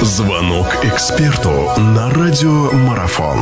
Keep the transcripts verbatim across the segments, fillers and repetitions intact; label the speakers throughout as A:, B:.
A: Звонок эксперту на радиомарафон.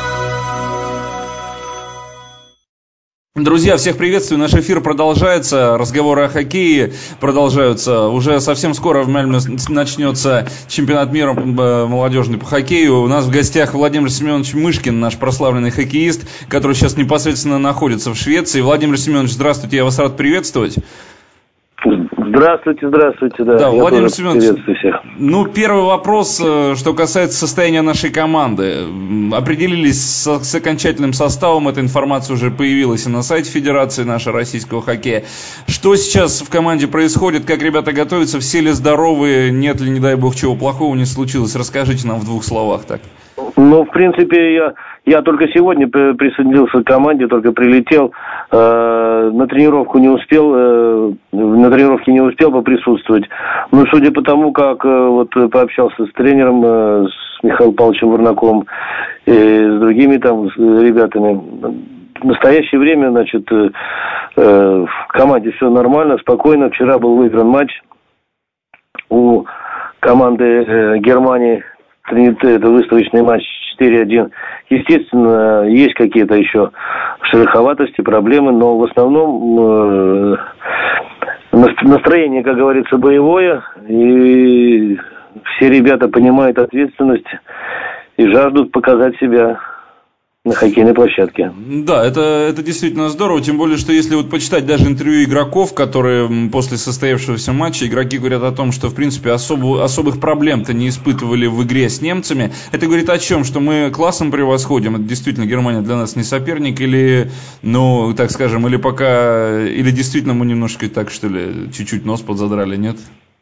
B: Друзья, всех приветствую. Наш эфир продолжается. Разговоры о хоккее продолжаются. Уже совсем скоро в Мальме начнется чемпионат мира молодежный по хоккею. У нас в гостях Владимир Семенович Мышкин, наш прославленный хоккеист, который сейчас непосредственно находится в Швеции. Владимир Семенович, здравствуйте, я вас рад приветствовать.
C: Здравствуйте, здравствуйте, да.
B: Да,
C: я
B: Владимир Семенович,
C: всех.
B: Ну, первый вопрос, что касается состояния нашей команды. Определились с, с окончательным составом, эта информация уже появилась и на сайте Федерации нашей российского хоккея. Что сейчас в команде происходит, как ребята готовятся, все ли здоровы, нет ли, не дай бог, чего плохого не случилось? Расскажите нам в двух словах так.
C: Ну, в принципе, я, я только сегодня присоединился к команде, только прилетел, э, на тренировку не успел, э, на тренировке не успел поприсутствовать. Но судя по тому, как э, вот пообщался с тренером, э, с Михаилом Павловичем Варнаковым и с другими там с ребятами, в настоящее время, значит, э, э, в команде все нормально, спокойно. Вчера был выигран матч у команды э, Германии. Это выставочный матч четыре один. Естественно, есть какие-то еще шероховатости, проблемы, но в основном э, настроение, как говорится, боевое, и все ребята понимают ответственность и жаждут показать себя на хоккейной площадке.
B: Да, это, это действительно здорово, тем более, что если вот почитать даже интервью игроков, которые после состоявшегося матча, игроки говорят о том, что, в принципе, особо, особых проблем-то не испытывали в игре с немцами. Это говорит о чем? Что мы классом превосходим, это действительно Германия для нас не соперник, или, ну, так скажем, или пока, или действительно мы немножко так, что ли, чуть-чуть нос подзадрали, нет?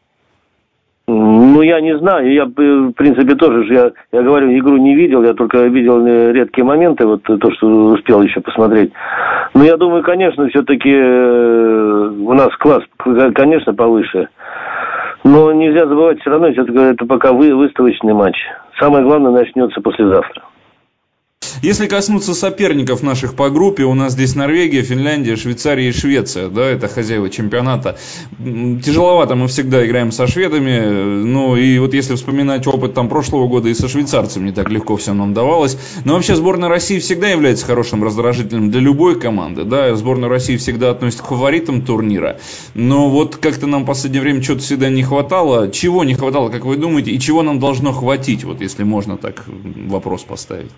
C: Ну, я не знаю, я, в принципе, тоже, я, я говорю, игру не видел, я только видел редкие моменты, вот то, что успел еще посмотреть. Но я думаю, конечно, все-таки у нас класс, конечно, повыше. Но нельзя забывать, все равно, все-таки это пока вы, выставочный матч. Самое главное начнется послезавтра.
B: Если коснуться соперников наших по группе, у нас здесь Норвегия, Финляндия, Швейцария и Швеция, да, это хозяева чемпионата. Тяжеловато мы всегда играем со шведами, ну и вот если вспоминать опыт там прошлого года, и со швейцарцами не так легко все нам давалось. Но вообще сборная России всегда является хорошим раздражителем для любой команды, да, сборная России всегда относится к фаворитам турнира. Но вот как-то нам в последнее время что-то всегда не хватало. Чего не хватало, как вы думаете, и чего нам должно хватить, вот если можно так вопрос поставить?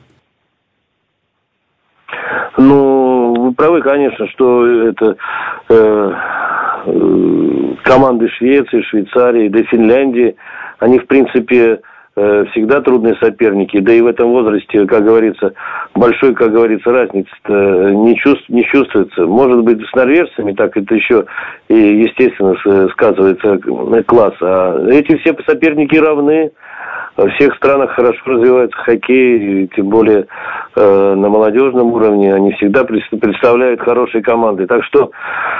C: Ну, вы правы, конечно, что это э, э, команды Швеции, Швейцарии, да и Финляндии, они, в принципе, э, всегда трудные соперники, да и в этом возрасте, как говорится, большой, как говорится, разницы не, чувств, не чувствуется. Может быть, с норвежцами так это еще, и, естественно, сказывается класс, а эти все соперники равны. Во всех странах хорошо развивается хоккей, и тем более э, на молодежном уровне они всегда представляют хорошие команды. Так что,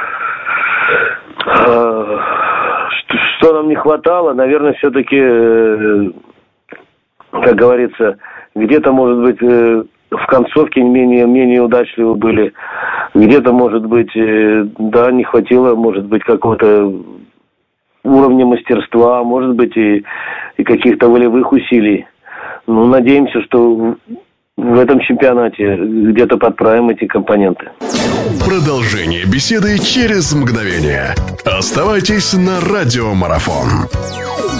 C: э, что, что нам не хватало, наверное, все-таки, э, как говорится, где-то, может быть, э, в концовке менее, менее удачливы были, где-то, может быть, э, да, не хватило, может быть, какого-то уровня мастерства, может быть, и, и каких-то волевых усилий. Ну, надеемся, что в этом чемпионате где-то подправим эти компоненты.
A: Продолжение беседы через мгновение. Оставайтесь на радиомарафон.